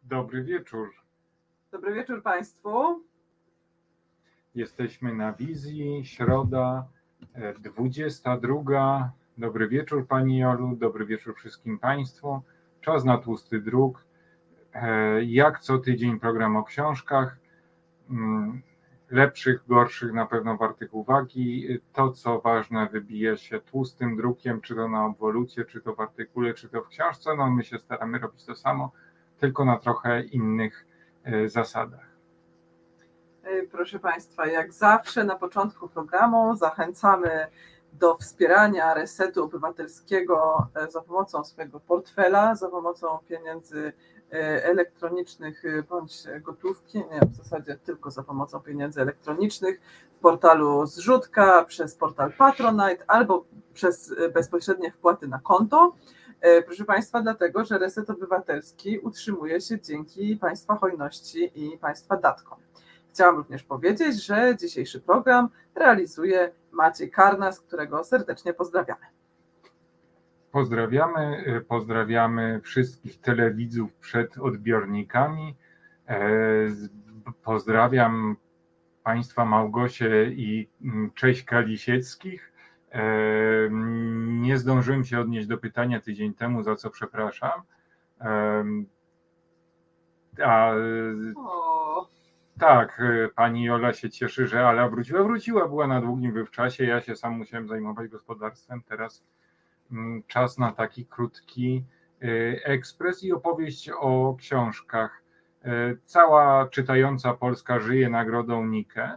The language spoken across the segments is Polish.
Dobry wieczór. Dobry wieczór Państwu. Jesteśmy na wizji, środa, 22. Dobry wieczór Pani Jolu, dobry wieczór wszystkim Państwu. Czas na tłusty druk. Jak co tydzień program o książkach. Lepszych, gorszych na pewno wartych uwagi. To, co ważne, wybije się tłustym drukiem, czy to na obwolucie, czy to w artykule, czy to w książce. No my się staramy robić to samo, tylko na trochę innych zasadach. Proszę Państwa, jak zawsze na początku programu zachęcamy do wspierania Resetu Obywatelskiego za pomocą swojego portfela, za pomocą pieniędzy elektronicznych bądź gotówki, nie, w zasadzie tylko za pomocą pieniędzy elektronicznych w portalu Zrzutka, przez portal Patronite albo przez bezpośrednie wpłaty na konto. Proszę Państwa, dlatego, że Reset Obywatelski utrzymuje się dzięki Państwa hojności i Państwa datkom. Chciałam również powiedzieć, że dzisiejszy program realizuje Maciej Karnas, którego serdecznie pozdrawiamy. Pozdrawiamy wszystkich telewidzów przed odbiornikami. Pozdrawiam Państwa Małgosię i Cześćka Lisieckich. Nie zdążyłem się odnieść do pytania tydzień temu, za co przepraszam. Tak, pani Jola się cieszy, że Ala wróciła, była na długim wywczasie, ja się sam musiałem zajmować gospodarstwem, teraz czas na taki krótki ekspres i opowieść o książkach. Cała czytająca Polska żyje nagrodą Nike.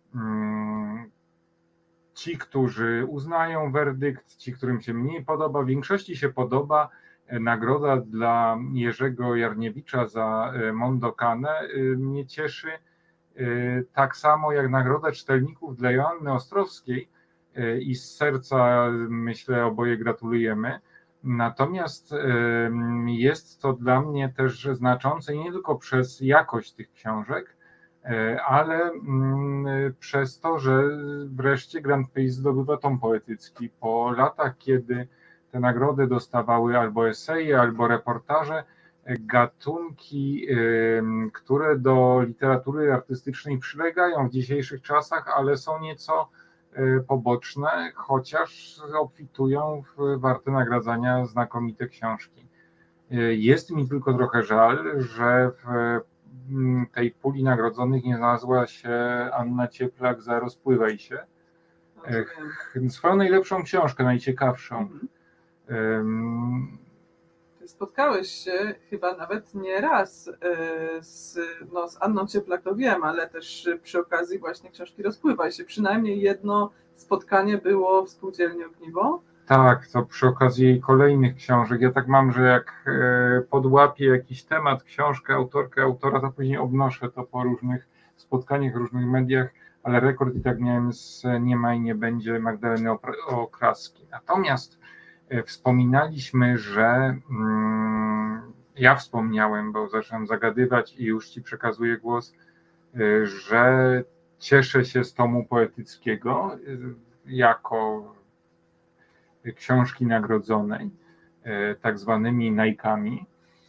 Ci, którzy uznają werdykt, ci, którym się mniej podoba, w większości się podoba. Nagroda dla Jerzego Jarniewicza za Mondokanę mnie cieszy, tak samo jak nagroda czytelników dla Joanny Ostrowskiej i z serca, myślę, oboje gratulujemy. Natomiast jest to dla mnie też znaczące nie tylko przez jakość tych książek, ale przez to, że wreszcie Grand Prix zdobywa tom poetycki. Po latach, kiedy te nagrody dostawały albo eseje, albo reportaże, gatunki, które do literatury artystycznej przylegają w dzisiejszych czasach, ale są nieco poboczne, chociaż obfitują w warte nagradzania znakomite książki. Jest mi tylko trochę żal, że w tej puli nagrodzonych nie znalazła się Anna Cieplak za Rozpływaj się. Swoją najlepszą książkę, najciekawszą. Spotkałeś się chyba nawet nie raz z Anną Cieplak, to wiem, ale też przy okazji właśnie książki Rozpływaj się. Przynajmniej jedno spotkanie było w Spółdzielni Ogniwo. Tak, to przy okazji jej kolejnych książek. Ja tak mam, że jak podłapię jakiś temat, książkę, autorkę, autora, to później obnoszę to po różnych spotkaniach, różnych mediach, ale rekord i tak miałem z Nie ma i nie będzie Magdaleny Okraski. Natomiast wspominaliśmy, że ja wspomniałem, bo zacząłem zagadywać i już Ci przekazuję głos, że cieszę się z tomu poetyckiego jako książki nagrodzonej, tak zwanymi Nike'ami.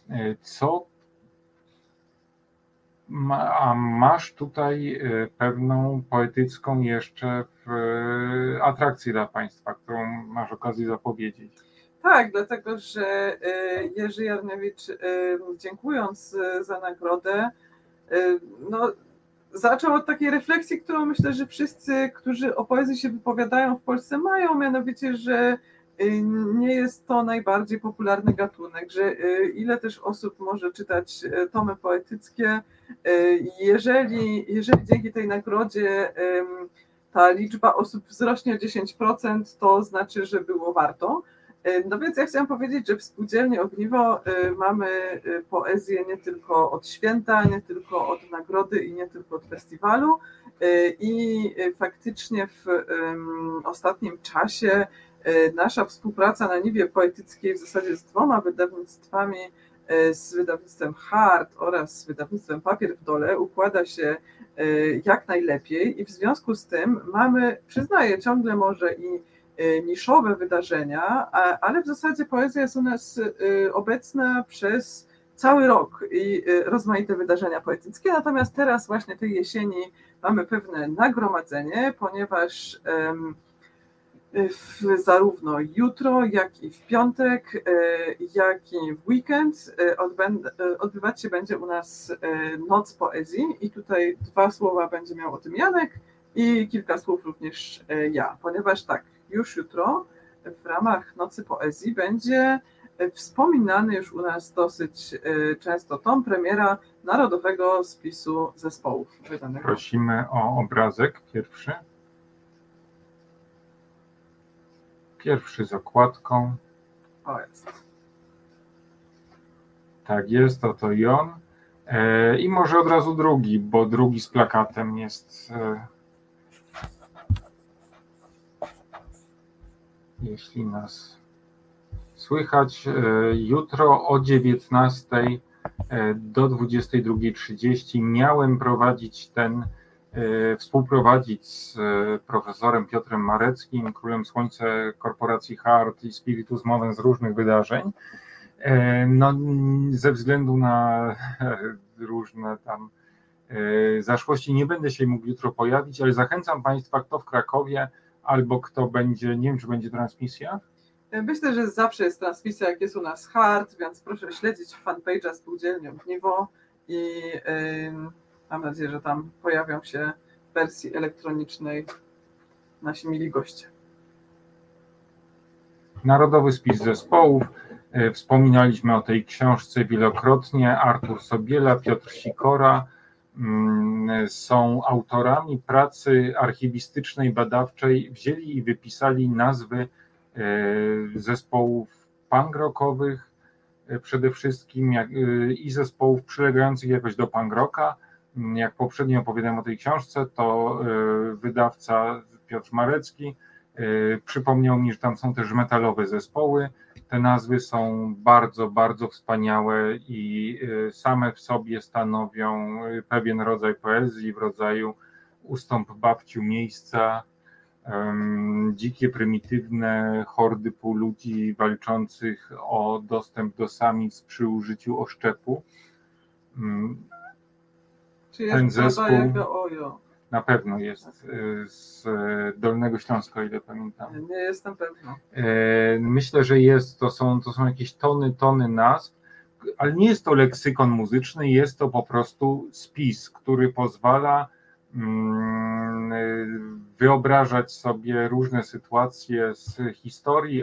A masz tutaj pewną poetycką jeszcze atrakcję dla Państwa, którą masz okazję zapowiedzieć. Tak, dlatego że Jerzy Jarniewicz, dziękując za nagrodę, zaczął od takiej refleksji, którą myślę, że wszyscy, którzy o poezji się wypowiadają w Polsce, mają, mianowicie, że nie jest to najbardziej popularny gatunek, że ile też osób może czytać tomy poetyckie. Jeżeli dzięki tej nagrodzie ta liczba osób wzrośnie o 10%, to znaczy, że było warto. No więc ja chciałam powiedzieć, że w Spółdzielni Ogniwo mamy poezję nie tylko od święta, nie tylko od nagrody i nie tylko od festiwalu. I faktycznie w ostatnim czasie nasza współpraca na niwie poetyckiej w zasadzie z dwoma wydawnictwami, z wydawnictwem Hart oraz z wydawnictwem Papier w Dole układa się jak najlepiej i w związku z tym mamy, przyznaję, ciągle może i niszowe wydarzenia, ale w zasadzie poezja jest u nas obecna przez cały rok i rozmaite wydarzenia poetyckie, natomiast teraz właśnie tej jesieni mamy pewne nagromadzenie, ponieważ zarówno jutro, jak i w piątek, jak i w weekend odbywać się będzie u nas Noc Poezji i tutaj 2 słowa będzie miał o tym Janek i kilka słów również ja, ponieważ tak, już jutro w ramach Nocy Poezji będzie wspominany już u nas dosyć często tom, premiera Narodowego Spisu Zespołów wydanego. Prosimy o obrazek pierwszy. Pierwszy z okładką. O, jest. Tak jest, oto i on. I może od razu drugi, bo drugi z plakatem jest. Jeśli nas słychać, jutro o 19 do 22:30 miałem współprowadzić z profesorem Piotrem Mareckim, królem Słońca Korporacji Hart i Spiritus Movens z różnych wydarzeń. No, ze względu na różne tam zaszłości nie będę się mógł jutro pojawić, ale zachęcam Państwa, kto w Krakowie albo kto będzie, nie wiem, czy będzie transmisja. Myślę, że zawsze jest transmisja, jak jest u nas Hart, więc proszę śledzić fanpage'a Spółdzielni Ogniwo i mam nadzieję, że tam pojawią się w wersji elektronicznej nasi mili goście. Narodowy Spis Zespołów. Wspominaliśmy o tej książce wielokrotnie. Artur Sobiela, Piotr Sikora są autorami pracy archiwistycznej, badawczej. Wzięli i wypisali nazwy zespołów punk rockowych przede wszystkim i zespołów przylegających jakoś do punk rocka. Jak poprzednio opowiadałem o tej książce, to wydawca Piotr Marecki przypomniał mi, że tam są też metalowe zespoły. Te nazwy są bardzo, bardzo wspaniałe i same w sobie stanowią pewien rodzaj poezji w rodzaju Ustąp babciu miejsca, dzikie, prymitywne hordy półludzi walczących o dostęp do samic przy użyciu oszczepu. Czy jest ten zespół Ojo? Na pewno jest z Dolnego Śląska, o ile pamiętam. Nie jestem pewna. Myślę, że to są jakieś tony nazw, ale nie jest to leksykon muzyczny, jest to po prostu spis, który pozwala wyobrażać sobie różne sytuacje z historii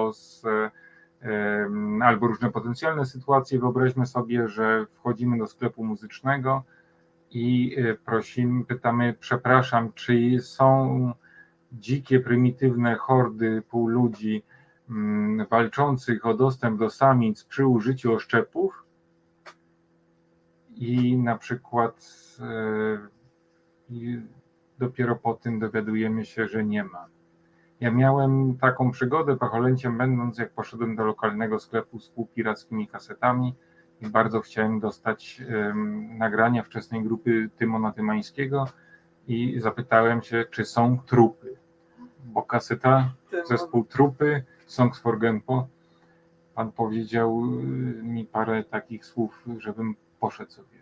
albo różne potencjalne sytuacje. Wyobraźmy sobie, że wchodzimy do sklepu muzycznego i pytamy, przepraszam, czy są dzikie, prymitywne hordy półludzi walczących o dostęp do samic przy użyciu oszczepów? I na przykład dopiero po tym dowiadujemy się, że nie ma. Ja miałem taką przygodę pacholęciem będąc, jak poszedłem do lokalnego sklepu z półpirackimi kasetami i bardzo chciałem dostać nagrania wczesnej grupy Tymona Tymańskiego i zapytałem się, czy są trupy, bo kaseta, zespół Trupy, Songs for Genpo. Pan powiedział mi parę takich słów, żebym poszedł sobie,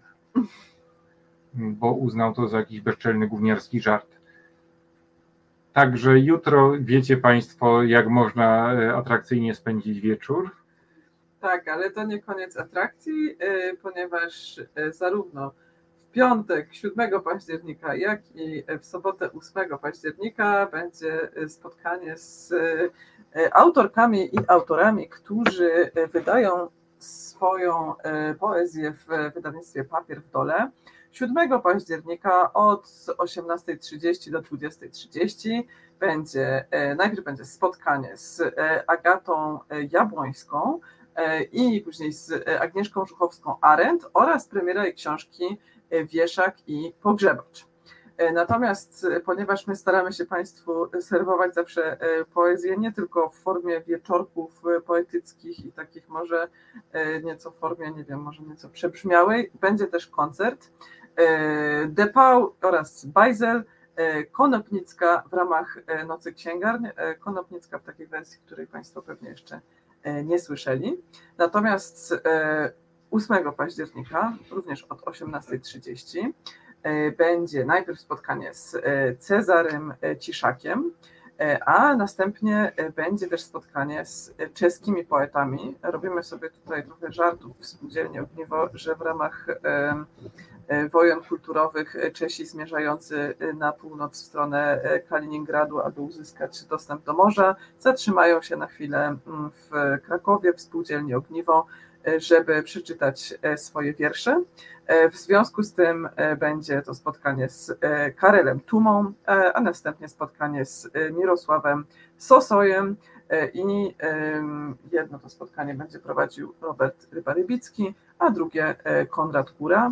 bo uznał to za jakiś bezczelny gówniarski żart. Także jutro wiecie Państwo, jak można atrakcyjnie spędzić wieczór. Tak, ale to nie koniec atrakcji, ponieważ zarówno w piątek 7 października, jak i w sobotę 8 października będzie spotkanie z autorkami i autorami, którzy wydają swoją poezję w wydawnictwie Papier w Dole. 7 października od 18:30 do 20:30 najpierw będzie spotkanie z Agatą Jabłońską i później z Agnieszką Żuchowską-Arendt oraz premiera jej książki Wieszak i Pogrzebacz. Natomiast ponieważ my staramy się Państwu serwować zawsze poezję nie tylko w formie wieczorków poetyckich i takich może nieco w formie, nie wiem, może nieco przebrzmiałej, będzie też koncert. Depau oraz Bajzel, Konopnicka w ramach Nocy Księgarni, Konopnicka w takiej wersji, której Państwo pewnie jeszcze nie słyszeli. Natomiast 8 października, również od 18:30, będzie najpierw spotkanie z Cezarym Ciszakiem, a następnie będzie też spotkanie z czeskimi poetami. Robimy sobie tutaj trochę żartów w Spółdzielni Ogniwo, że w ramach wojen kulturowych Czesi zmierzający na północ w stronę Kaliningradu, aby uzyskać dostęp do morza, zatrzymają się na chwilę w Krakowie, w Spółdzielni Ogniwo, żeby przeczytać swoje wiersze. W związku z tym będzie to spotkanie z Karelem Tumą, a następnie spotkanie z Mirosławem Sosojem i jedno to spotkanie będzie prowadził Robert Ryba-Rybicki, a drugie Konrad Góra.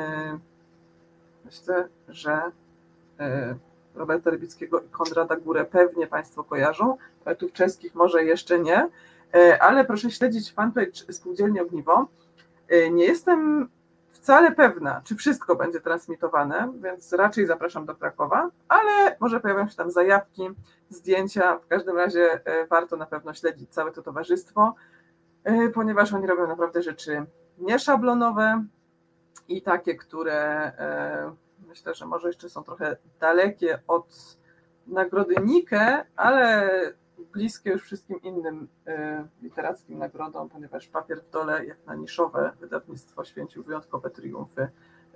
Myślę, że Roberta Rybickiego i Konrada Górę pewnie Państwo kojarzą, poetów czeskich może jeszcze nie, ale proszę śledzić fanpage Spółdzielni Ogniwo. Nie jestem wcale pewna, czy wszystko będzie transmitowane, więc raczej zapraszam do Krakowa, ale może pojawią się tam zajawki, zdjęcia. W każdym razie warto na pewno śledzić całe to towarzystwo, ponieważ oni robią naprawdę rzeczy nieszablonowe i takie, które myślę, że może jeszcze są trochę dalekie od nagrody Nike, ale bliskie już wszystkim innym literackim nagrodom, ponieważ Papier w dole, jak na niszowe wydawnictwo, święcił wyjątkowe triumfy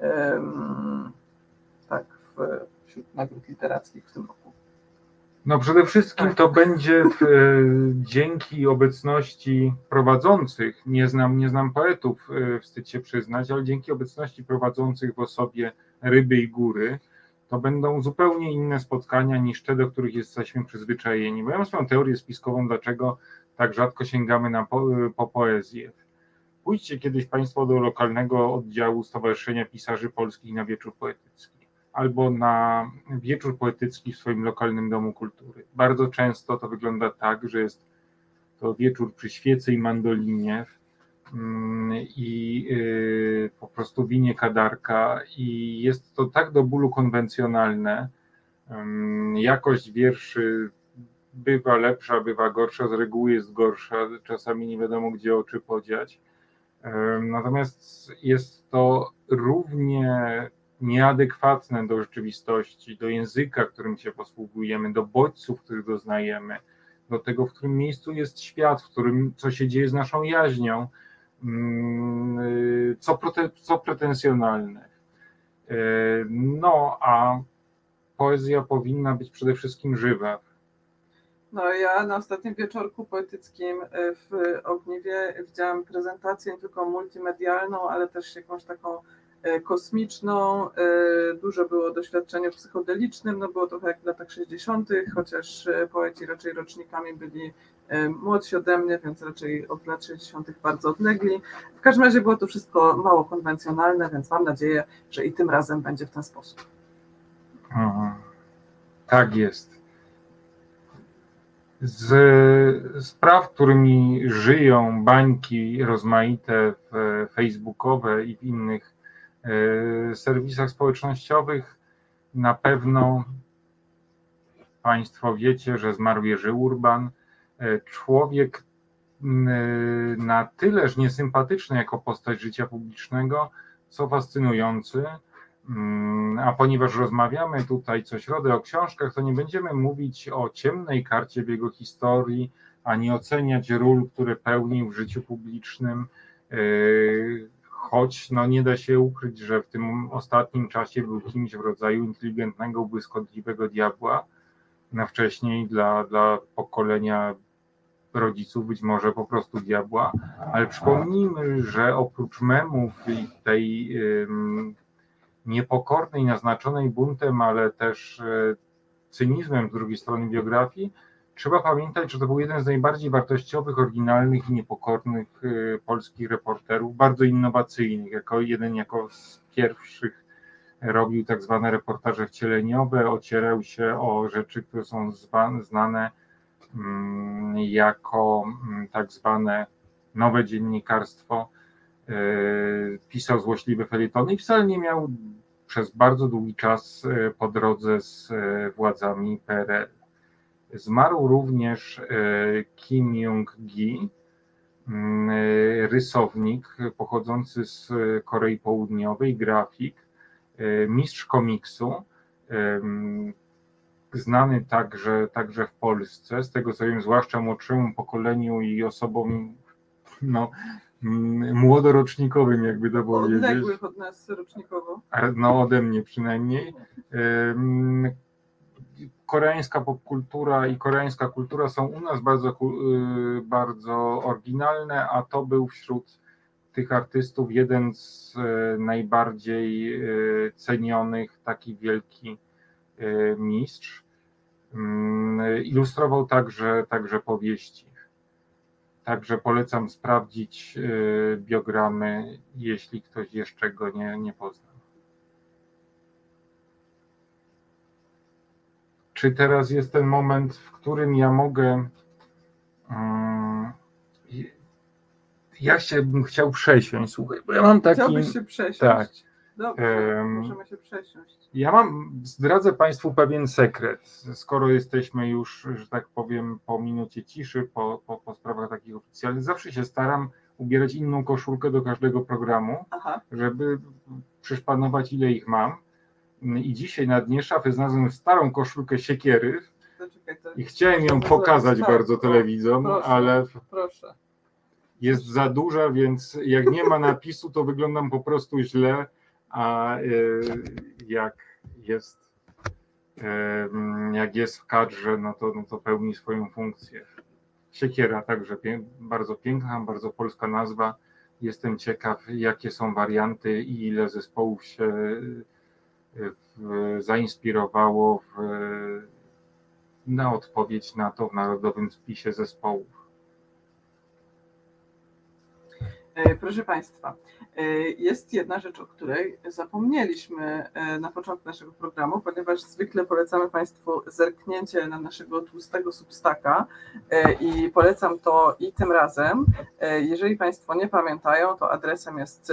wśród nagród literackich w tym roku. No przede wszystkim to będzie dzięki obecności prowadzących, nie znam poetów, wstyd się przyznać, ale dzięki obecności prowadzących w osobie Ryby i Góry, to będą zupełnie inne spotkania niż te, do których jesteśmy przyzwyczajeni. Bo ja mam swoją teorię spiskową, dlaczego tak rzadko sięgamy po poezję. Pójdźcie kiedyś Państwo do lokalnego oddziału Stowarzyszenia Pisarzy Polskich na wieczór poetycki albo na wieczór poetycki w swoim lokalnym domu kultury. Bardzo często to wygląda tak, że jest to wieczór przy świecy i mandolinie i po prostu winie kadarka i jest to tak do bólu konwencjonalne. Jakość wierszy bywa lepsza, bywa gorsza, z reguły jest gorsza, czasami nie wiadomo gdzie oczy podziać. Natomiast jest to równie nieadekwatne do rzeczywistości, do języka, którym się posługujemy, do bodźców, których doznajemy, do tego, w którym miejscu jest świat, w którym co się dzieje z naszą jaźnią, co pretensjonalne. No, a poezja powinna być przede wszystkim żywa. No ja na ostatnim wieczorku poetyckim w Ogniwie widziałam prezentację nie tylko multimedialną, ale też jakąś taką kosmiczną. Dużo było doświadczenia psychodelicznym, no było trochę jak w latach 60., chociaż poeci raczej rocznikami byli młodsi ode mnie, więc raczej od lat 60. bardzo odlegli. W każdym razie było to wszystko mało konwencjonalne, więc mam nadzieję, że i tym razem będzie w ten sposób. Tak jest. Z spraw, którymi żyją bańki rozmaite facebookowe i w innych serwisach społecznościowych, na pewno Państwo wiecie, że zmarł Jerzy Urban. Człowiek na tyleż niesympatyczny jako postać życia publicznego, co fascynujący. A ponieważ rozmawiamy tutaj co środę o książkach, to nie będziemy mówić o ciemnej karcie w jego historii, ani oceniać ról, które pełnił w życiu publicznym, choć no nie da się ukryć, że w tym ostatnim czasie był kimś w rodzaju inteligentnego, błyskotliwego diabła, na wcześniej dla pokolenia rodziców być może po prostu diabła, ale przypomnijmy, że oprócz memów i tej niepokornej, naznaczonej buntem, ale też cynizmem z drugiej strony biografii, trzeba pamiętać, że to był jeden z najbardziej wartościowych, oryginalnych i niepokornych polskich reporterów, bardzo innowacyjnych, jako z pierwszych robił tak zwane reportaże wcieleniowe, ocierał się o rzeczy, które są znane jako tak zwane nowe dziennikarstwo, pisał złośliwe felietony i wcale nie miał przez bardzo długi czas po drodze z władzami PRL. Zmarł również Kim Jong-gi, rysownik pochodzący z Korei Południowej, grafik, mistrz komiksu, znany także w Polsce, z tego co wiem, zwłaszcza młodszemu pokoleniu i osobom no, młodorocznikowym, jakby to powiedzieć. Odległych od nas rocznikowo. No ode mnie przynajmniej. Koreańska popkultura i koreańska kultura są u nas bardzo oryginalne, a to był wśród tych artystów jeden z najbardziej cenionych, taki wielki mistrz. Ilustrował także powieści. Także polecam sprawdzić biogramy, jeśli ktoś jeszcze go nie poznał. Czy teraz jest ten moment, w którym ja mogę... Ja bym chciał przesiąść, słuchaj, bo ja mam taki... Chciałbyś się przesiąść? Tak. Dobrze, możemy się przesiąść. Zdradzę Państwu pewien sekret, skoro jesteśmy już, że tak powiem, po minucie ciszy, po sprawach takich oficjalnych, zawsze się staram ubierać inną koszulkę do każdego programu, żeby przyszpanować, ile ich mam. I dzisiaj na dnie szafy znalazłem starą koszulkę Siekiery i chciałem ją pokazać bardzo telewidzom, ale jest za duża, więc jak nie ma napisu, to wyglądam po prostu źle, a jak jest w kadrze, no to pełni swoją funkcję. Siekiera także bardzo piękna, bardzo polska nazwa. Jestem ciekaw, jakie są warianty i ile zespołów się zainspirowało na odpowiedź na to w Narodowym Spisie Zespołów. Proszę Państwa, jest jedna rzecz, o której zapomnieliśmy na początku naszego programu, ponieważ zwykle polecamy Państwu zerknięcie na naszego tłustego Substacka i polecam to i tym razem. Jeżeli Państwo nie pamiętają, to adresem jest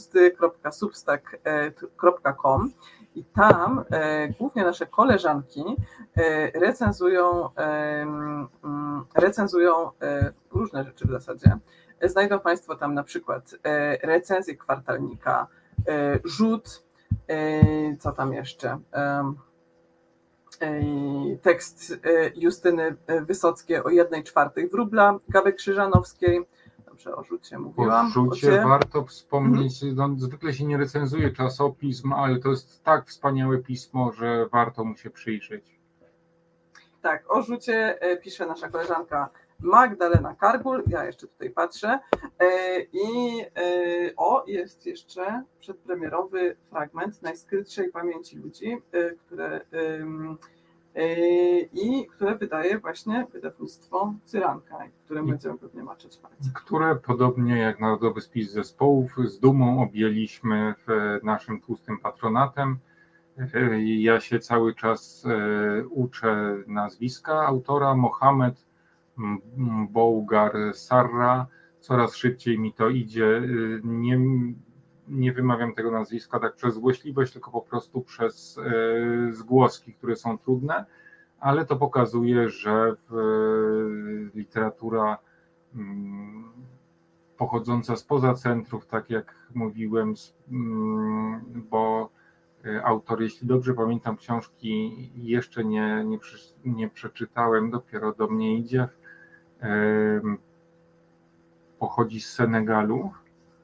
tłusty.substack.com i tam głównie nasze koleżanki recenzują różne rzeczy w zasadzie. Znajdą Państwo tam na przykład recenzję kwartalnika, rzut, co tam jeszcze, tekst Justyny Wysockiej o 1/4 wróbla, Gaby Krzyżanowskiej. Dobrze, o rzucie mówiłam. O rzucie warto wspomnieć, zwykle się nie recenzuje czasopism, ale to jest tak wspaniałe pismo, że warto mu się przyjrzeć. Tak, o rzucie pisze nasza koleżanka Magdalena Kargul, ja jeszcze tutaj patrzę jest jeszcze przedpremierowy fragment Najskrytszej pamięci ludzi, które wydaje właśnie wydawnictwo Cyranka, którym będziemy pewnie maczać palce. Które podobnie jak Narodowy Spis Zespołów z dumą objęliśmy naszym tłustym patronatem. Ja się cały czas uczę nazwiska autora, Mohamed Bougar Sarra, coraz szybciej mi to idzie, nie wymawiam tego nazwiska tak przez złośliwość, tylko po prostu przez zgłoski, które są trudne, ale to pokazuje, że literatura pochodząca spoza centrów, tak jak mówiłem, bo autor, jeśli dobrze pamiętam, książki jeszcze nie przeczytałem, dopiero do mnie idzie, pochodzi z Senegalu.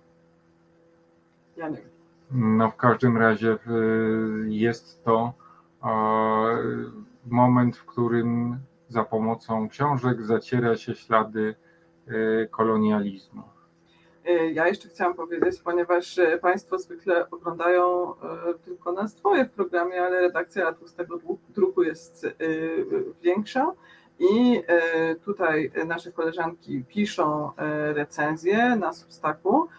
Ja nie wiem. No w każdym razie jest to moment, w którym za pomocą książek zaciera się ślady kolonializmu. Ja jeszcze chciałam powiedzieć, ponieważ Państwo zwykle oglądają tylko nas dwoje w programie, ale redakcja Tłustego Druku jest większa i tutaj nasze koleżanki piszą recenzje na Substacku,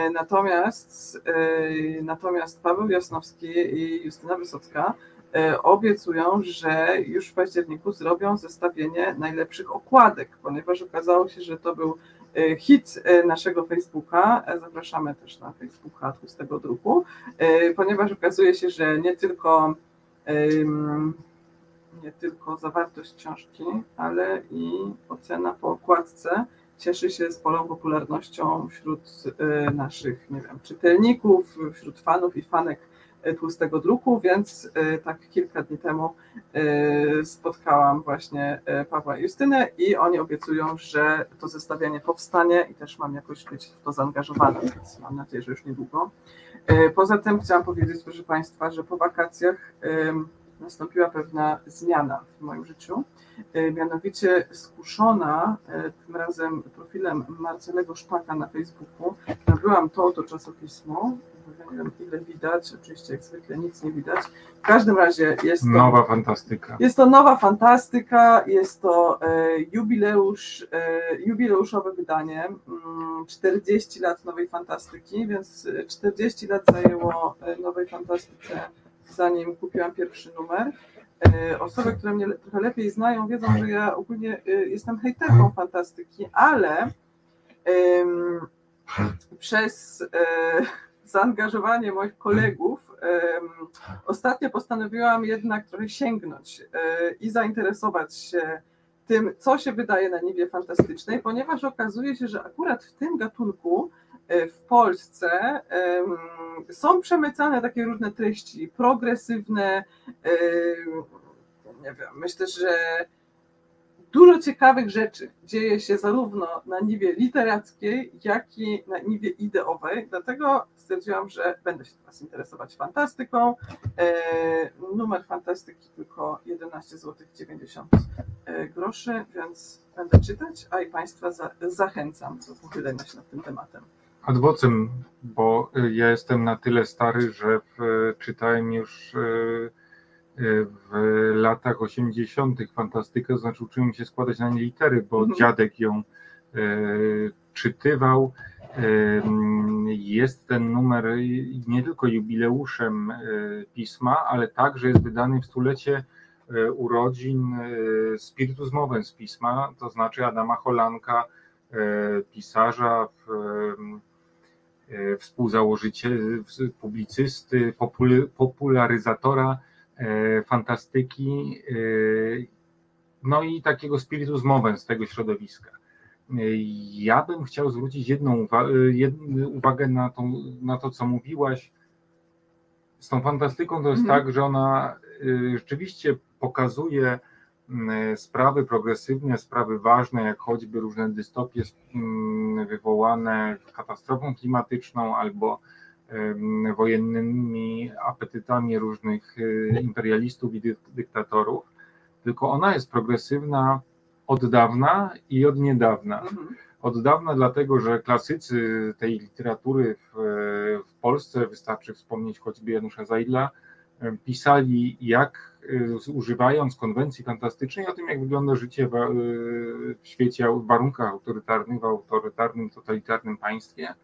natomiast Paweł Jasnowski i Justyna Wysocka obiecują, że już w październiku zrobią zestawienie najlepszych okładek, ponieważ okazało się, że to był hit naszego Facebooka. Zapraszamy też na Facebooka Tłustego Druku, ponieważ okazuje się, że nie tylko zawartość książki, ale i ocena po okładce cieszy się sporą popularnością wśród naszych, nie wiem, czytelników, wśród fanów i fanek tłustego druku, więc tak kilka dni temu spotkałam właśnie Pawła i Justynę i oni obiecują, że to zestawienie powstanie i też mam jakoś być w to zaangażowana, więc mam nadzieję, że już niedługo. Poza tym chciałam powiedzieć, proszę Państwa, że po wakacjach nastąpiła pewna zmiana w moim życiu, mianowicie skuszona tym razem profilem Marcelego Szpaka na Facebooku, nabyłam to czasopismo. Nie wiem, ile widać, oczywiście jak zwykle nic nie widać. W każdym razie jest to nowa fantastyka. Jest to nowa fantastyka, jest to jubileuszowe wydanie, 40 lat nowej fantastyki, więc 40 lat zajęło nowej fantastyce, zanim kupiłam pierwszy numer. Osoby, które mnie trochę lepiej znają, wiedzą, że ja ogólnie jestem hejterką fantastyki, ale przez zaangażowanie moich kolegów ostatnio postanowiłam jednak trochę sięgnąć i zainteresować się tym, co się wydaje na niwie fantastycznej, ponieważ okazuje się, że akurat w tym gatunku w Polsce są przemycane takie różne treści progresywne, nie wiem, myślę, że dużo ciekawych rzeczy dzieje się zarówno na niwie literackiej, jak i na niwie ideowej, dlatego stwierdziłam, że będę się teraz interesować fantastyką. Numer fantastyki tylko 11 zł 90 groszy, więc będę czytać, a i Państwa zachęcam do pochylenia się nad tym tematem. Ad vocem, bo ja jestem na tyle stary, że czytałem już w latach 80. fantastykę, to znaczy uczyłem się składać na nie litery, bo dziadek ją czytywał. Jest ten numer nie tylko jubileuszem pisma, ale także jest wydany w stulecie urodzin Spiritus Movens pisma, to znaczy Adama Cholanka, pisarza, współzałożyciela, publicysty, popularyzatora fantastyki, no i takiego spiritus movens z tego środowiska. Ja bym chciał zwrócić jedną uwagę na to, co mówiłaś. Z tą fantastyką to jest tak, że ona rzeczywiście pokazuje sprawy progresywne, sprawy ważne, jak choćby różne dystopie wywołane katastrofą klimatyczną albo wojennymi apetytami różnych imperialistów i dyktatorów, tylko ona jest progresywna od dawna i od niedawna. Od dawna dlatego, że klasycy tej literatury w Polsce, wystarczy wspomnieć choćby Janusza Zajdla, pisali używając konwencji fantastycznej o tym, jak wygląda życie w świecie, w warunkach autorytarnych, w autorytarnym, totalitarnym państwie.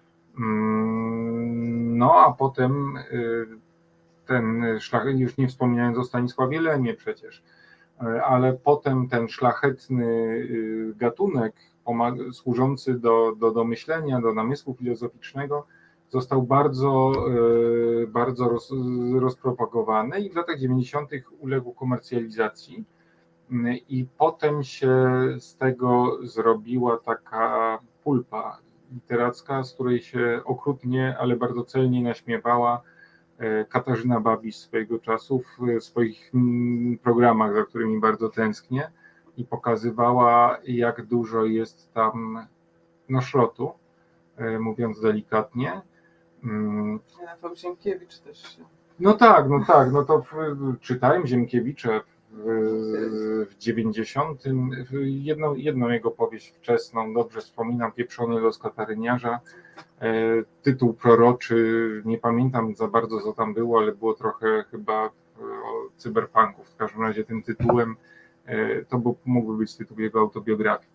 No a potem ten już nie wspomniałem o Stanisławie Lemie przecież, ale potem ten szlachetny gatunek służący do myślenia, do namysłu filozoficznego został bardzo rozpropagowany i w latach 90. uległ komercjalizacji i potem się z tego zrobiła taka pulpa literacka, z której się okrutnie, ale bardzo celnie naśmiewała Katarzyna Babis swojego czasu w swoich programach, za którymi bardzo tęsknię, i pokazywała, jak dużo jest tam szrotu, mówiąc delikatnie. Rafał Ziemkiewicz też. No tak, no to czytałem Ziemkiewicza w 90. Jedną jego powieść wczesną, dobrze wspominam, Pieprzony los kataryniarza, tytuł proroczy, nie pamiętam za bardzo, co tam było, ale było trochę chyba o cyberpunku, w każdym razie tym tytułem, to mógłby być tytuł jego autobiografii.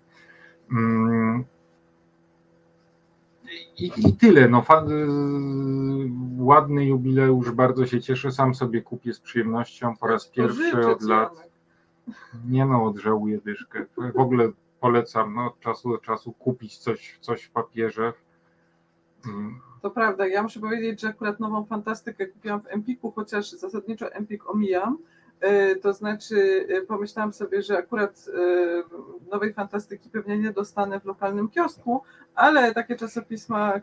I tyle, ładny jubileusz, bardzo się cieszę, sam sobie kupię z przyjemnością po raz pierwszy od lat. Nie odżałuję dyszkę. W ogóle polecam od czasu do czasu kupić coś w papierze. To prawda, ja muszę powiedzieć, że akurat nową fantastykę kupiłam w Empiku, chociaż zasadniczo Empik omijam, To znaczy pomyślałam sobie, że akurat nowej fantastyki pewnie nie dostanę w lokalnym kiosku, ale takie czasopisma,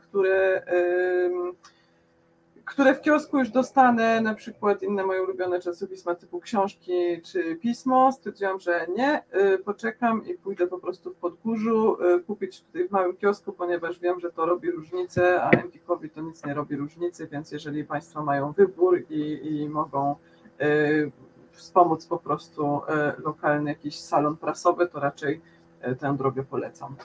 które w kiosku już dostanę, na przykład inne moje ulubione czasopisma typu książki czy pismo, stwierdziłam, że nie, poczekam i pójdę po prostu w Podgórzu kupić tutaj w małym kiosku, ponieważ wiem, że to robi różnicę, a Empikowi to nic nie robi różnicy, więc jeżeli Państwo mają wybór i mogą wspomóc po prostu lokalny jakiś salon prasowy, to raczej tę drogę polecam.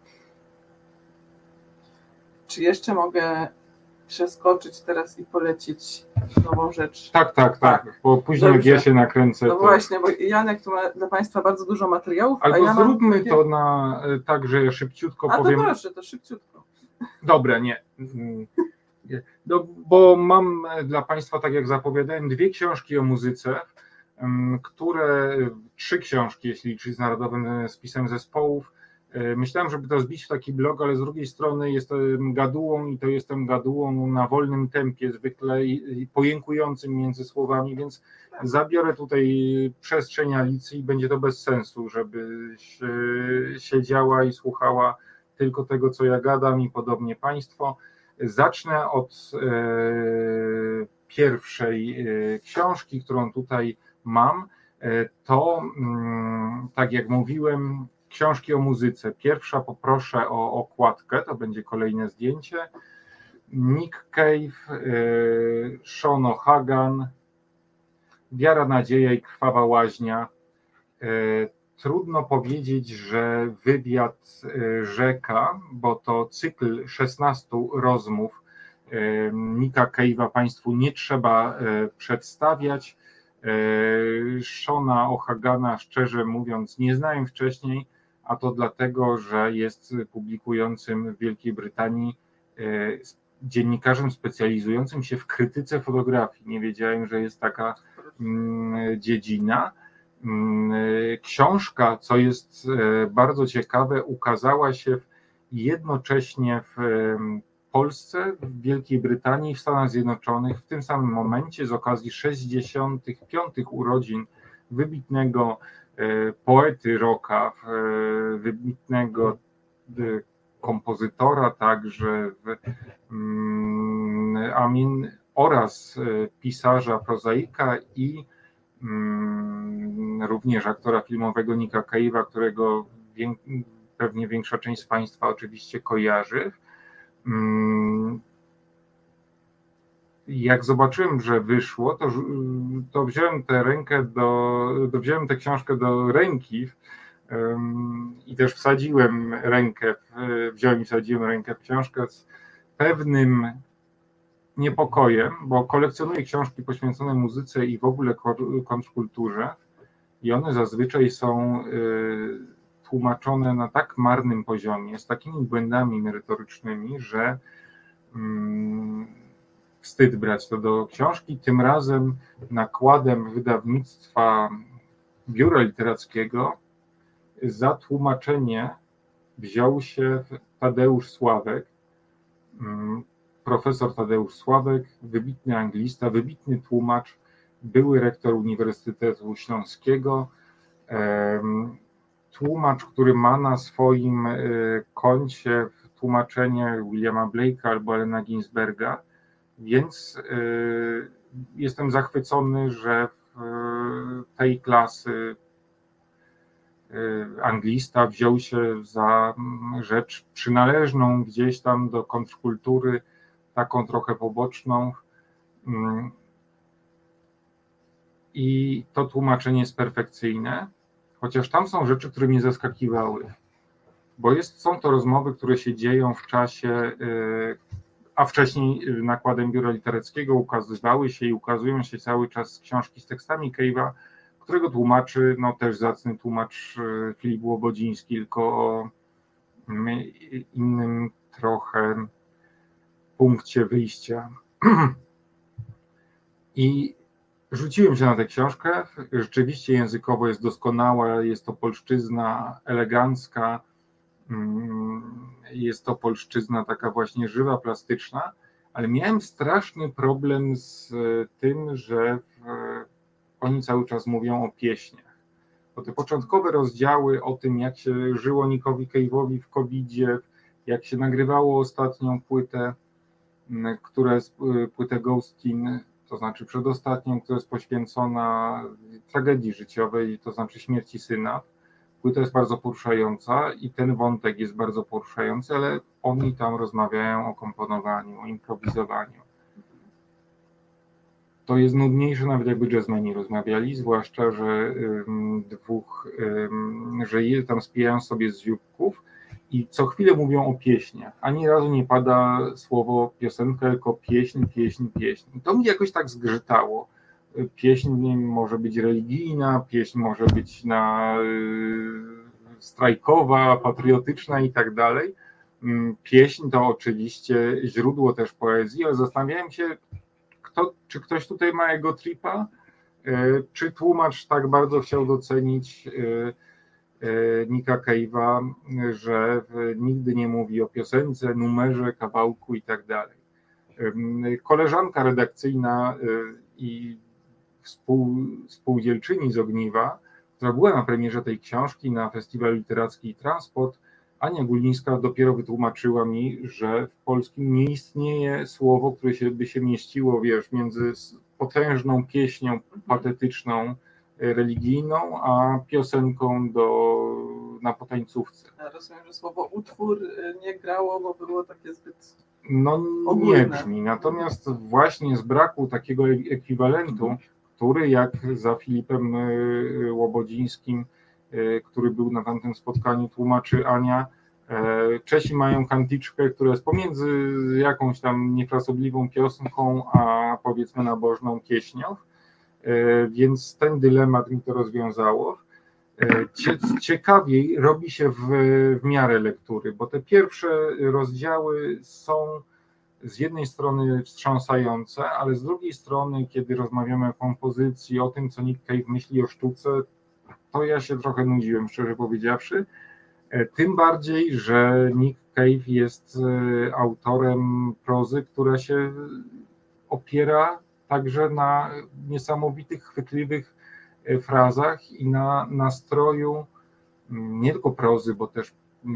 Czy jeszcze mogę przeskoczyć teraz i polecić nową rzecz? Tak, bo później jak ja się nakręcę. No właśnie, bo Janek tu ma dla Państwa bardzo dużo materiałów. Albo ja zróbmy takie... to tak, że ja szybciutko powiem. To proszę, to szybciutko. Dobra, nie. No, bo mam dla Państwa, tak jak zapowiadałem, 2 książki o muzyce, które 3 książki, jeśli liczyć z narodowym spisem zespołów. Myślałem, żeby to zbić w taki blog, ale z drugiej strony jestem gadułą i to jestem gadułą na wolnym tempie, zwykle i pojękującym między słowami, więc zabiorę tutaj przestrzeń Alicji i będzie to bez sensu, żebyś siedziała i słuchała tylko tego, co ja gadam i podobnie Państwo. Zacznę od pierwszej książki, którą tutaj mam. To, tak jak mówiłem, książki o muzyce. Pierwsza poproszę o okładkę, to będzie kolejne zdjęcie. Nick Cave, Sean O'Hagan, Wiara, nadzieja i krwawa łaźnia. Trudno powiedzieć, że wywiad rzeka, bo to cykl 16 rozmów Nicka Cave'a Państwu nie trzeba przedstawiać. Seana O'Hagana, szczerze mówiąc, nie znałem wcześniej, a to dlatego, że jest publikującym w Wielkiej Brytanii dziennikarzem specjalizującym się w krytyce fotografii. Nie wiedziałem, że jest taka dziedzina. Książka, co jest bardzo ciekawe, ukazała się jednocześnie w Polsce, w Wielkiej Brytanii i w Stanach Zjednoczonych w tym samym momencie z okazji 65. urodzin wybitnego poety rocka, wybitnego kompozytora także, oraz pisarza, prozaika i również aktora filmowego Nicka Cave'a, którego pewnie większa część z Państwa oczywiście kojarzy. Jak zobaczyłem, że wyszło, to wziąłem wziąłem tę książkę do ręki i też wsadziłem rękę, wsadziłem rękę w książkę z pewnym niepokojem, bo kolekcjonuję książki poświęcone muzyce i w ogóle kontrkulturze i one zazwyczaj są tłumaczone na tak marnym poziomie, z takimi błędami merytorycznymi, że wstyd brać to do książki. Tym razem nakładem wydawnictwa Biura Literackiego za tłumaczenie wziął się Tadeusz Sławek, profesor Tadeusz Sławek, wybitny anglista, wybitny tłumacz, były rektor Uniwersytetu Śląskiego, tłumacz, który ma na swoim koncie tłumaczenie Williama Blake'a albo Allena Ginsberga, więc jestem zachwycony, że w tej klasy anglista wziął się za rzecz przynależną gdzieś tam do kontrkultury, taką trochę poboczną. I to tłumaczenie jest perfekcyjne, chociaż tam są rzeczy, które mnie zaskakiwały, bo są to rozmowy, które się dzieją w czasie, a wcześniej nakładem Biura Literackiego ukazywały się i ukazują się cały czas książki z tekstami Cave'a, którego tłumaczy, no też zacny tłumacz Filip Łobodziński, tylko o innym trochę punkcie wyjścia. I rzuciłem się na tę książkę, rzeczywiście językowo jest doskonała, jest to polszczyzna elegancka, jest to polszczyzna taka właśnie żywa, plastyczna, ale miałem straszny problem z tym, że oni cały czas mówią o pieśniach. Bo te początkowe rozdziały o tym, jak się żyło Nickowi Cave'owi w COVID-zie, jak się nagrywało ostatnią płytę, płytę Ghostin, to znaczy przedostatnią, która jest poświęcona tragedii życiowej, to znaczy śmierci syna. Płyta jest bardzo poruszająca i ten wątek jest bardzo poruszający, ale oni tam rozmawiają o komponowaniu, o improwizowaniu. To jest nudniejsze, nawet jakby jazzmeni rozmawiali, zwłaszcza, że że tam spijają sobie z dzióbków i co chwilę mówią o pieśniach. Ani razu nie pada słowo piosenka, tylko pieśń, pieśń, pieśń. I to mi jakoś tak zgrzytało. Pieśń może być religijna, pieśń może być strajkowa, patriotyczna i tak dalej. Pieśń to oczywiście źródło też poezji, ale zastanawiałem się, czy ktoś tutaj ma ego tripa, czy tłumacz tak bardzo chciał docenić Nicka Cave'a, że nigdy nie mówi o piosence, numerze, kawałku i tak dalej. Koleżanka redakcyjna i współdzielczyni z Ogniwa, która była na premierze tej książki na Festiwal Literacki Transport, Ania Gulińska dopiero wytłumaczyła mi, że w polskim nie istnieje słowo, które by się mieściło, między potężną pieśnią patetyczną, religijną, a piosenką na potańcówce. Ja rozumiem, że słowo utwór nie grało, bo było takie zbyt ogólne. Nie brzmi. Natomiast właśnie z braku takiego ekwiwalentu, który jak za Filipem Łobodzińskim, który był na tamtym spotkaniu, tłumaczy Ania, Czesi mają kanticzkę, która jest pomiędzy jakąś tam niefrasobliwą piosenką, a powiedzmy nabożną pieśnią, więc ten dylemat mi to rozwiązało. Ciekawiej robi się w miarę lektury, bo te pierwsze rozdziały są z jednej strony wstrząsające, ale z drugiej strony, kiedy rozmawiamy o kompozycji, o tym, co Nick Cave myśli o sztuce, to ja się trochę nudziłem, szczerze powiedziawszy. Tym bardziej, że Nick Cave jest autorem prozy, która się opiera także na niesamowitych, chwytliwych frazach i na nastroju nie tylko prozy, bo też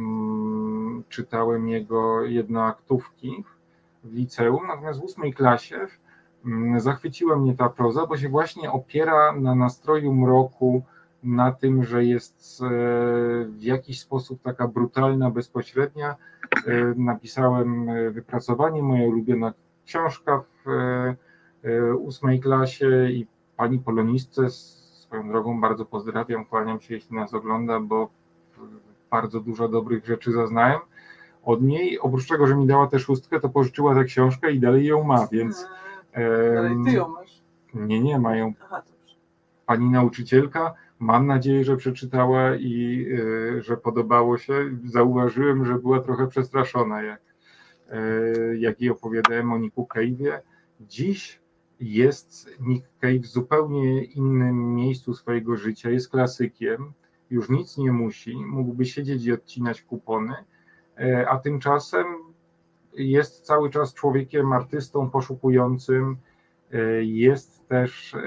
czytałem jego jednoaktówki w liceum, natomiast w 8 klasie zachwyciła mnie ta proza, bo się właśnie opiera na nastroju mroku, na tym, że jest w jakiś sposób taka brutalna, bezpośrednia. Napisałem wypracowanie, moja ulubiona książka w 8 klasie i pani polonistce, swoją drogą bardzo pozdrawiam, kłaniam się, jeśli nas ogląda, bo bardzo dużo dobrych rzeczy zaznałem od niej. Oprócz tego, że mi dała tę 6, to pożyczyła tę książkę i dalej ją ma, więc... Dalej ty ją masz? Nie, mają. Pani nauczycielka, mam nadzieję, że przeczytała i że podobało się. Zauważyłem, że była trochę przestraszona, jak jej opowiadałem o Nicku Cave'ie. Dziś jest Nick Cave w zupełnie innym miejscu swojego życia, jest klasykiem, już nic nie musi, mógłby siedzieć i odcinać kupony, a tymczasem jest cały czas człowiekiem, artystą poszukującym, jest też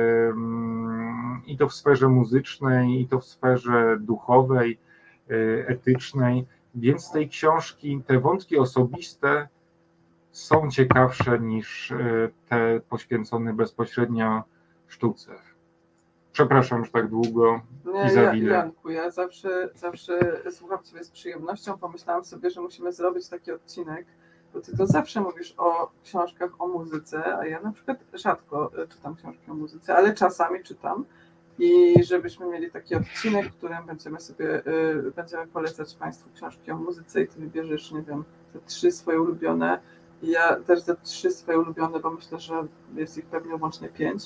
i to w sferze muzycznej, i to w sferze duchowej, etycznej, więc z tej książki te wątki osobiste są ciekawsze niż te poświęcone bezpośrednio sztuce. Przepraszam, że tak długo i za wiele. Janku, ja zawsze słucham Ciebie z przyjemnością. Pomyślałam sobie, że musimy zrobić taki odcinek, bo Ty to zawsze mówisz o książkach o muzyce, a ja na przykład rzadko czytam książki o muzyce, ale czasami czytam. I żebyśmy mieli taki odcinek, w którym będziemy polecać Państwu książki o muzyce i Ty wybierzesz, nie wiem, te 3 swoje ulubione. I ja też te 3 swoje ulubione, bo myślę, że jest ich pewnie łącznie 5.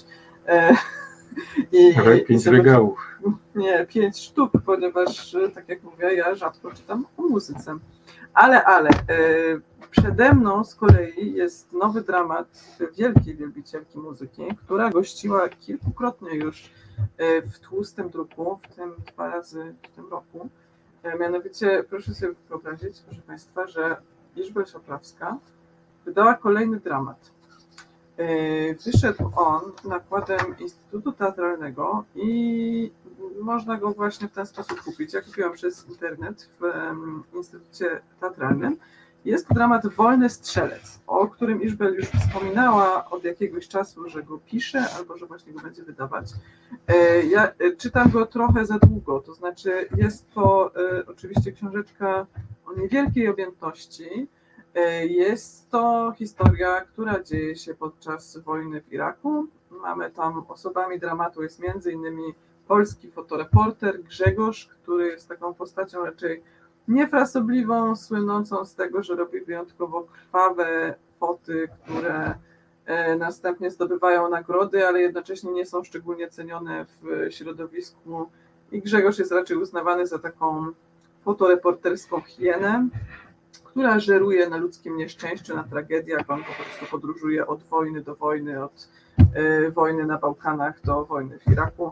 Ale 5 regałów. Nie, 5 sztuk, ponieważ, tak jak mówię, ja rzadko czytam o muzyce. Ale przede mną z kolei jest nowy dramat wielkiej wielbicielki muzyki, która gościła kilkukrotnie już w tłustym druku, w tym 2 razy w tym roku. Mianowicie proszę sobie wyobrazić, proszę Państwa, że Izabela Szafranowska wydała kolejny dramat. Wyszedł on nakładem Instytutu Teatralnego i można go właśnie w ten sposób kupić. Ja kupiłam przez internet w Instytucie Teatralnym. Jest to dramat Wolny Strzelec, o którym Iżbel już wspominała od jakiegoś czasu, że go pisze albo że właśnie go będzie wydawać. Ja czytam go trochę za długo, to znaczy jest to oczywiście książeczka o niewielkiej objętości. Jest to historia, która dzieje się podczas wojny w Iraku. Mamy tam osobami dramatu jest między innymi polski fotoreporter Grzegorz, który jest taką postacią raczej niefrasobliwą, słynącą z tego, że robi wyjątkowo krwawe foty, które następnie zdobywają nagrody, ale jednocześnie nie są szczególnie cenione w środowisku. I Grzegorz jest raczej uznawany za taką fotoreporterską hienę, która żeruje na ludzkim nieszczęściu, na tragediach. On po prostu podróżuje od wojny do wojny, od wojny na Bałkanach do wojny w Iraku.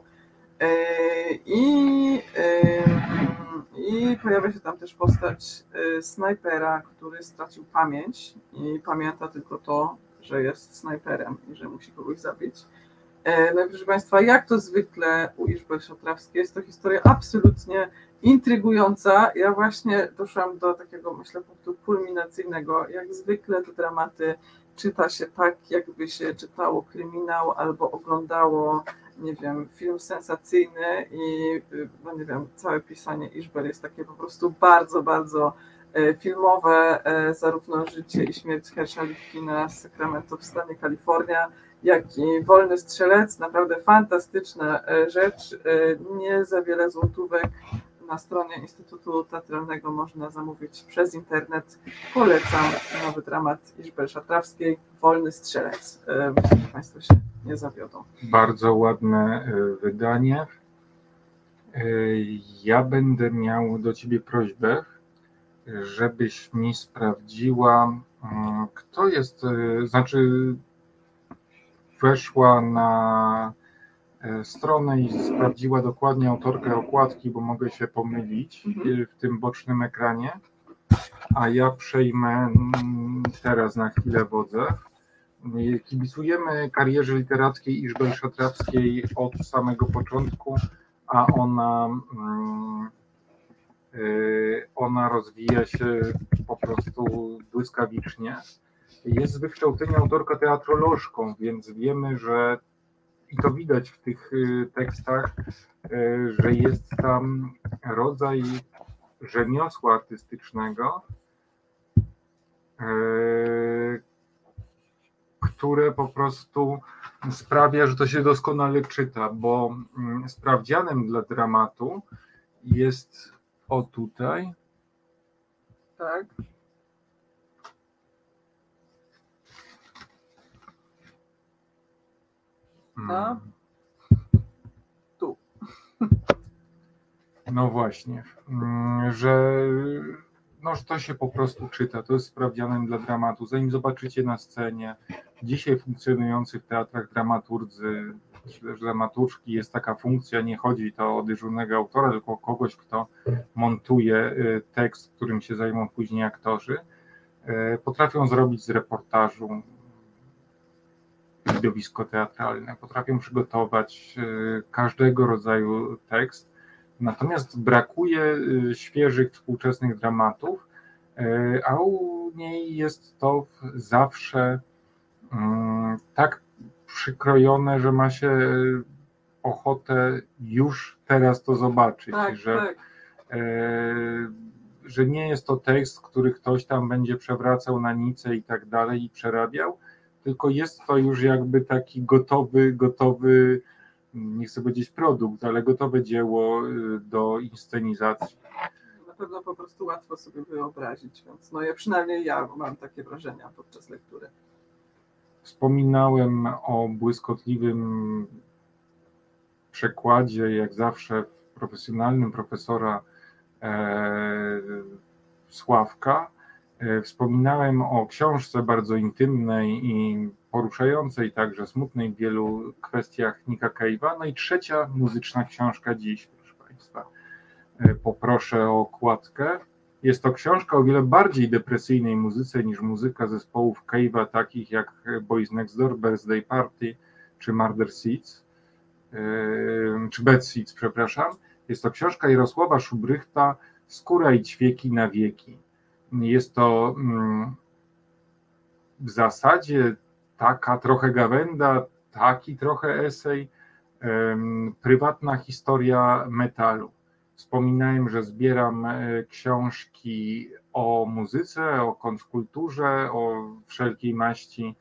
I pojawia się tam też postać snajpera, który stracił pamięć i pamięta tylko to, że jest snajperem i że musi kogoś zabić. No i proszę Państwa, jak to zwykle u Iżbel Szatrawskiej, jest to historia absolutnie intrygująca. Ja właśnie doszłam do takiego, myślę, punktu kulminacyjnego. Jak zwykle te dramaty czyta się tak, jakby się czytało kryminał albo oglądało, nie wiem, film sensacyjny i no nie wiem, całe pisanie Iżbel jest takie po prostu bardzo, bardzo filmowe, zarówno życie i śmierć Hersha Lipkina z Sacramento w stanie Kalifornia, jak i Wolny Strzelec, naprawdę fantastyczna rzecz, nie za wiele złotówek. Na stronie Instytutu Teatralnego można zamówić przez internet. Polecam nowy dramat Iżbel Szatrawskiej, Wolny Strzelec. Myślę, że Państwo się nie zawiodą. Bardzo ładne wydanie. Ja będę miał do Ciebie prośbę, żebyś mi sprawdziła, kto jest, znaczy weszła na stronę i sprawdziła dokładnie autorkę okładki, bo mogę się pomylić w tym bocznym ekranie, a ja przejmę teraz na chwilę wodzę. Kibicujemy karierze literackiej Iżbel Szatrawskiej od samego początku, a ona rozwija się po prostu błyskawicznie. Jest z wykształcenia autorka teatrolożką, więc wiemy, że i to widać w tych tekstach, że jest tam rodzaj rzemiosła artystycznego, które po prostu sprawia, że to się doskonale czyta, bo sprawdzianem dla dramatu jest o tutaj. Tak. A tu. No właśnie, że to się po prostu czyta, to jest sprawdzianem dla dramatu. Zanim zobaczycie na scenie dzisiaj funkcjonujących w teatrach dramaturdzy, dramaturżki, jest taka funkcja, nie chodzi to o dyżurnego autora, tylko o kogoś, kto montuje tekst, którym się zajmą później aktorzy. Potrafią zrobić z reportażu widowisko teatralne, potrafią przygotować każdego rodzaju tekst, natomiast brakuje świeżych, współczesnych dramatów, a u niej jest to zawsze tak przykrojone, że ma się ochotę już teraz to zobaczyć, Tak, że, tak. Że nie jest to tekst, który ktoś tam będzie przewracał na nicę i tak dalej i przerabiał, tylko jest to już jakby taki gotowy, nie chcę powiedzieć produkt, ale gotowe dzieło do inscenizacji. Na pewno po prostu łatwo sobie wyobrazić, więc przynajmniej ja mam takie wrażenia podczas lektury. Wspominałem o błyskotliwym przekładzie, jak zawsze profesjonalnym profesora Sławka. Wspominałem o książce bardzo intymnej i poruszającej, także smutnej w wielu kwestiach Nicka Cave'a. No i trzecia muzyczna książka dziś, proszę Państwa. Poproszę o okładkę. Jest to książka o wiele bardziej depresyjnej muzyce niż muzyka zespołów Cave'a, takich jak Boys Next Door, Birthday Party czy Murder Seeds, czy Bad Seeds, przepraszam. Jest to książka Jarosława Szubrychta Skóra i ćwieki na wieki. Jest to w zasadzie taka trochę gawenda, taki trochę esej, prywatna historia metalu. Wspominałem, że zbieram książki o muzyce, o kontrkulturze, o wszelkiej maści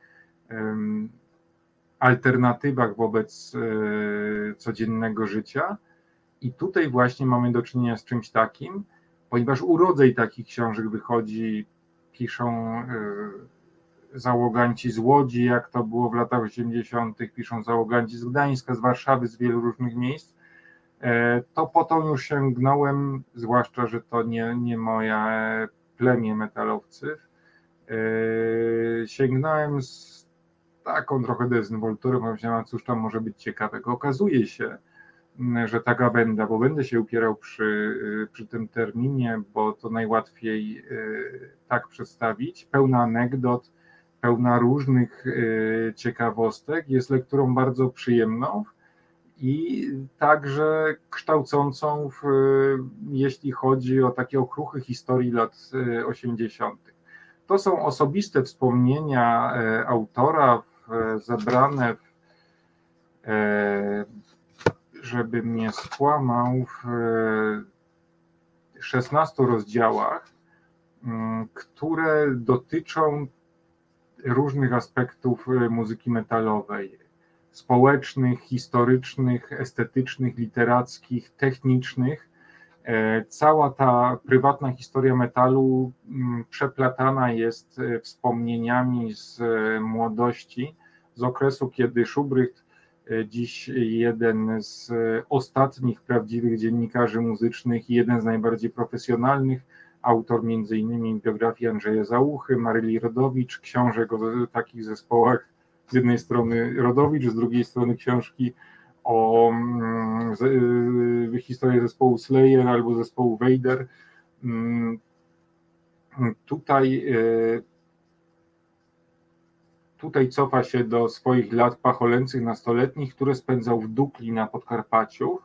alternatywach wobec codziennego życia. I tutaj właśnie mamy do czynienia z czymś takim, ponieważ urodzaj takich książek wychodzi, piszą załoganci z Łodzi, jak to było w latach 80., piszą załoganci z Gdańska, z Warszawy, z wielu różnych miejsc, to po to już sięgnąłem, zwłaszcza, że to nie moje plemię metalowców, sięgnąłem z taką trochę dezynwolturą, pomyślałem, cóż tam może być ciekawego. Okazuje się, że ta gawenda, bo będę się upierał przy tym terminie, bo to najłatwiej tak przedstawić, pełna anegdot, pełna różnych ciekawostek, jest lekturą bardzo przyjemną i także kształcącą, jeśli chodzi o takie okruchy historii lat 80. To są osobiste wspomnienia autora, zebrane, żeby mnie skłamał, w 16 rozdziałach, które dotyczą różnych aspektów muzyki metalowej, społecznych, historycznych, estetycznych, literackich, technicznych. Cała ta prywatna historia metalu przeplatana jest wspomnieniami z młodości, z okresu, kiedy Szubrycht, dziś jeden z ostatnich prawdziwych dziennikarzy muzycznych i jeden z najbardziej profesjonalnych, autor między innymi biografii Andrzeja Załuchy, Maryli Rodowicz, książek o takich zespołach, z jednej strony Rodowicz, z drugiej strony książki o historii zespołu Slayer albo zespołu Vader. Tutaj cofa się do swoich lat pacholęcych, nastoletnich, które spędzał w Dukli na Podkarpaciu.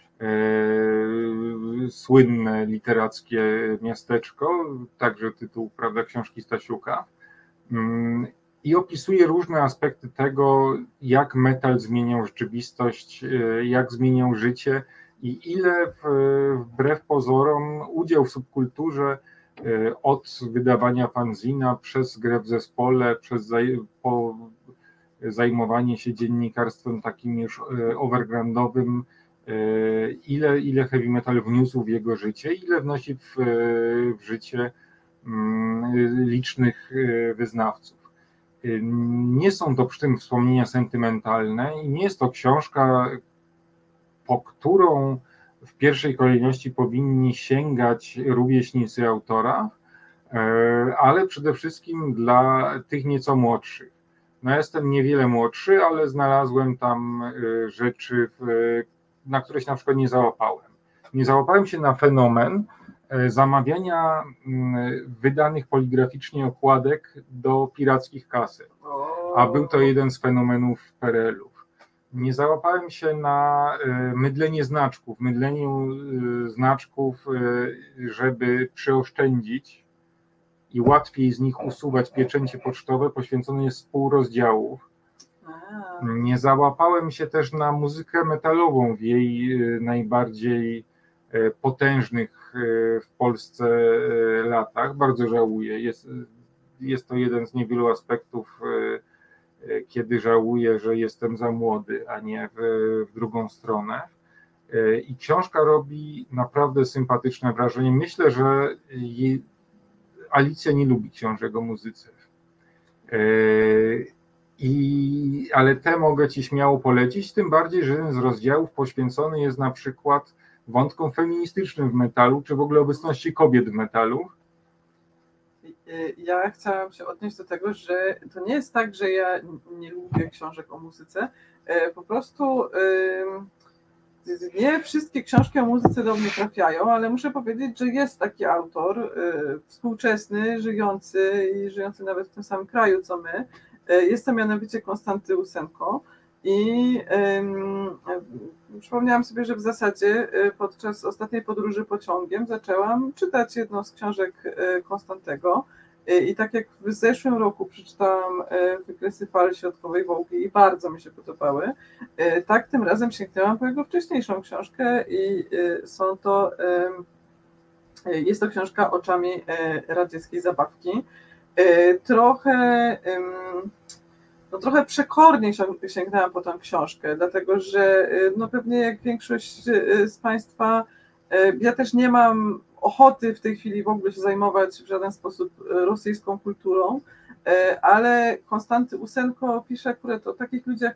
Słynne literackie miasteczko, także tytuł, prawda, książki Stasiuka. I opisuje różne aspekty tego, jak metal zmieniał rzeczywistość, jak zmieniał życie i ile wbrew pozorom udział w subkulturze od wydawania fanzina przez grę w zespole, przez zajmowanie się dziennikarstwem takim już overgroundowym, ile heavy metal wniósł w jego życie, ile wnosi w życie licznych wyznawców. Nie są to przy tym wspomnienia sentymentalne i nie jest to książka, po którą w pierwszej kolejności powinni sięgać rówieśnicy autora, ale przede wszystkim dla tych nieco młodszych. No, jestem niewiele młodszy, ale znalazłem tam rzeczy, na które się na przykład nie załapałem. Nie załapałem się na fenomen zamawiania wydanych poligraficznie okładek do pirackich kaset, a był to jeden z fenomenów PRL-ów. Nie załapałem się na mydleniu znaczków, żeby przyoszczędzić i łatwiej z nich usuwać pieczęcie pocztowe, poświęcone jest pół rozdziałów. Nie załapałem się też na muzykę metalową w jej najbardziej potężnych w Polsce latach. Bardzo żałuję. Jest to jeden z niewielu aspektów, kiedy żałuję, że jestem za młody, a nie w drugą stronę. I książka robi naprawdę sympatyczne wrażenie. Myślę, że Alicja nie lubi książek o muzyce. Ale te mogę Ci śmiało polecić, tym bardziej, że jeden z rozdziałów poświęcony jest na przykład wątkom feministycznym w metalu, czy w ogóle obecności kobiet w metalu. Ja chciałam się odnieść do tego, że to nie jest tak, że ja nie lubię książek o muzyce, po prostu nie wszystkie książki o muzyce do mnie trafiają, ale muszę powiedzieć, że jest taki autor współczesny, żyjący nawet w tym samym kraju co my. Jest to mianowicie Konstanty Usenko. I przypomniałam sobie, że w zasadzie podczas ostatniej podróży pociągiem zaczęłam czytać jedną z książek Konstantego. I tak jak w zeszłym roku przeczytałam Wykresy fal środkowej Wołgi i bardzo mi się podobały, tak tym razem sięgnęłam po jego wcześniejszą książkę i jest to książka oczami radzieckiej zabawki. Trochę przekornie sięgnęłam po tę książkę, dlatego że no pewnie jak większość z Państwa, ja też nie mam ochoty w tej chwili w ogóle się zajmować w żaden sposób rosyjską kulturą, ale Konstanty Usenko pisze akurat o takich ludziach,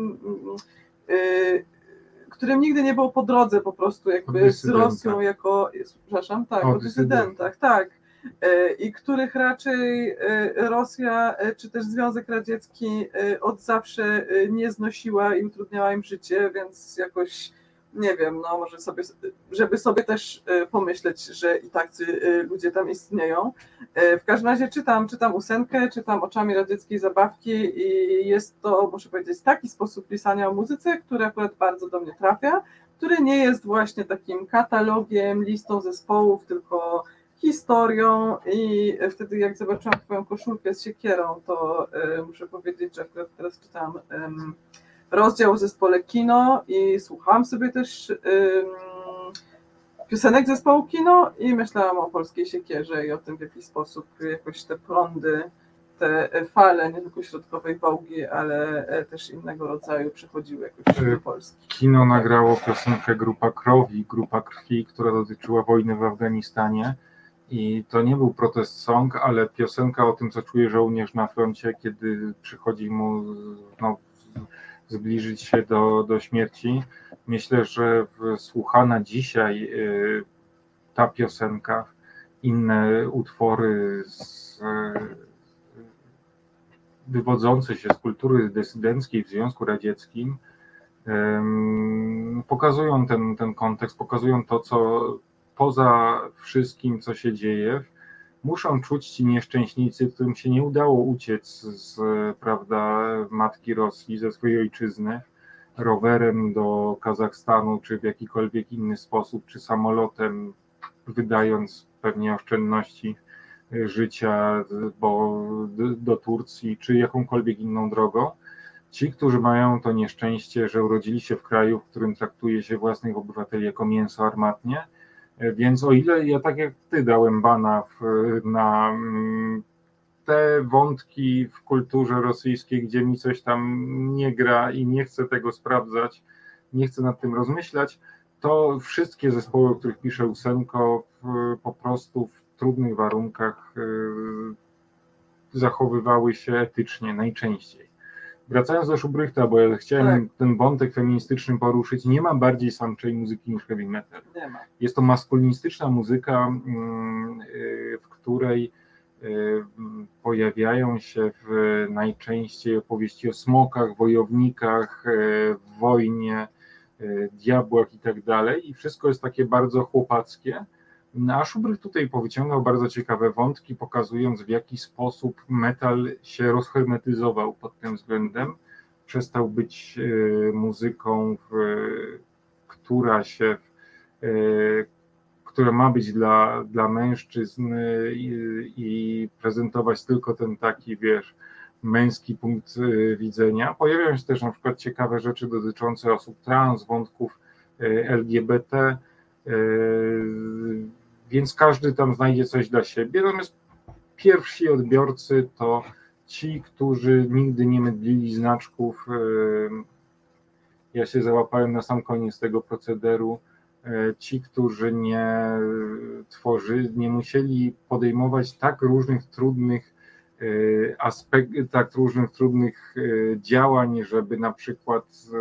którym nigdy nie było po drodze po prostu jakby z Rosją przepraszam, tak, o dysydentach, tak. I których raczej Rosja czy też Związek Radziecki od zawsze nie znosiła i utrudniała im życie, więc jakoś nie wiem, no może żeby sobie też pomyśleć, że i tacy ludzie tam istnieją. W każdym razie czytam Usenkę, czytam Oczami radzieckiej zabawki i jest to, muszę powiedzieć, taki sposób pisania o muzyce, który akurat bardzo do mnie trafia, który nie jest właśnie takim katalogiem, listą zespołów, tylko historią i wtedy jak zobaczyłam twoją koszulkę z siekierą, to muszę powiedzieć, że akurat teraz czytam rozdział o zespole Kino i słuchałam sobie też piosenek zespołu Kino i myślałam o polskiej siekierze i o tym, w jaki sposób jakoś te prądy, te fale, nie tylko środkowej Wołgi, ale też innego rodzaju przechodziły jakoś do Polski. Kino nagrało piosenkę Grupa Krowi, Grupa Krwi, która dotyczyła wojny w Afganistanie. I to nie był protest song, ale piosenka o tym, co czuje żołnierz na froncie, kiedy przychodzi mu zbliżyć się do śmierci. Myślę, że słuchana dzisiaj ta piosenka, inne utwory wywodzące się z kultury dysydenckiej w Związku Radzieckim pokazują ten kontekst, pokazują to, co poza wszystkim, co się dzieje, muszą czuć ci nieszczęśnicy, którym się nie udało uciec z matki Rosji, ze swojej ojczyzny, rowerem do Kazachstanu, czy w jakikolwiek inny sposób, czy samolotem, wydając pewnie oszczędności życia do Turcji, czy jakąkolwiek inną drogą. Ci, którzy mają to nieszczęście, że urodzili się w kraju, w którym traktuje się własnych obywateli jako mięso armatnie, więc o ile ja tak jak ty dałem bana na te wątki w kulturze rosyjskiej, gdzie mi coś tam nie gra i nie chcę tego sprawdzać, nie chcę nad tym rozmyślać, to wszystkie zespoły, o których pisze Usenko, po prostu w trudnych warunkach zachowywały się etycznie najczęściej. Wracając do Schubrichta, bo ja chciałem ten wątek feministyczny poruszyć, nie ma bardziej samczej muzyki niż heavy metal. Jest to maskulinistyczna muzyka, w której pojawiają się najczęściej opowieści o smokach, wojownikach, wojnie, diabłach i tak dalej. I wszystko jest takie bardzo chłopackie. A Schubert tutaj powyciągał bardzo ciekawe wątki, pokazując, w jaki sposób metal się rozhermetyzował pod tym względem. Przestał być muzyką, która ma być dla mężczyzn i prezentować tylko ten taki, męski punkt widzenia. Pojawiają się też na przykład ciekawe rzeczy dotyczące osób trans, wątków LGBT, więc każdy tam znajdzie coś dla siebie, natomiast pierwsi odbiorcy to ci, którzy nigdy nie mydlili znaczków. Ja się załapałem na sam koniec tego procederu. Ci, którzy nie musieli podejmować tak różnych trudnych działań, żeby na przykład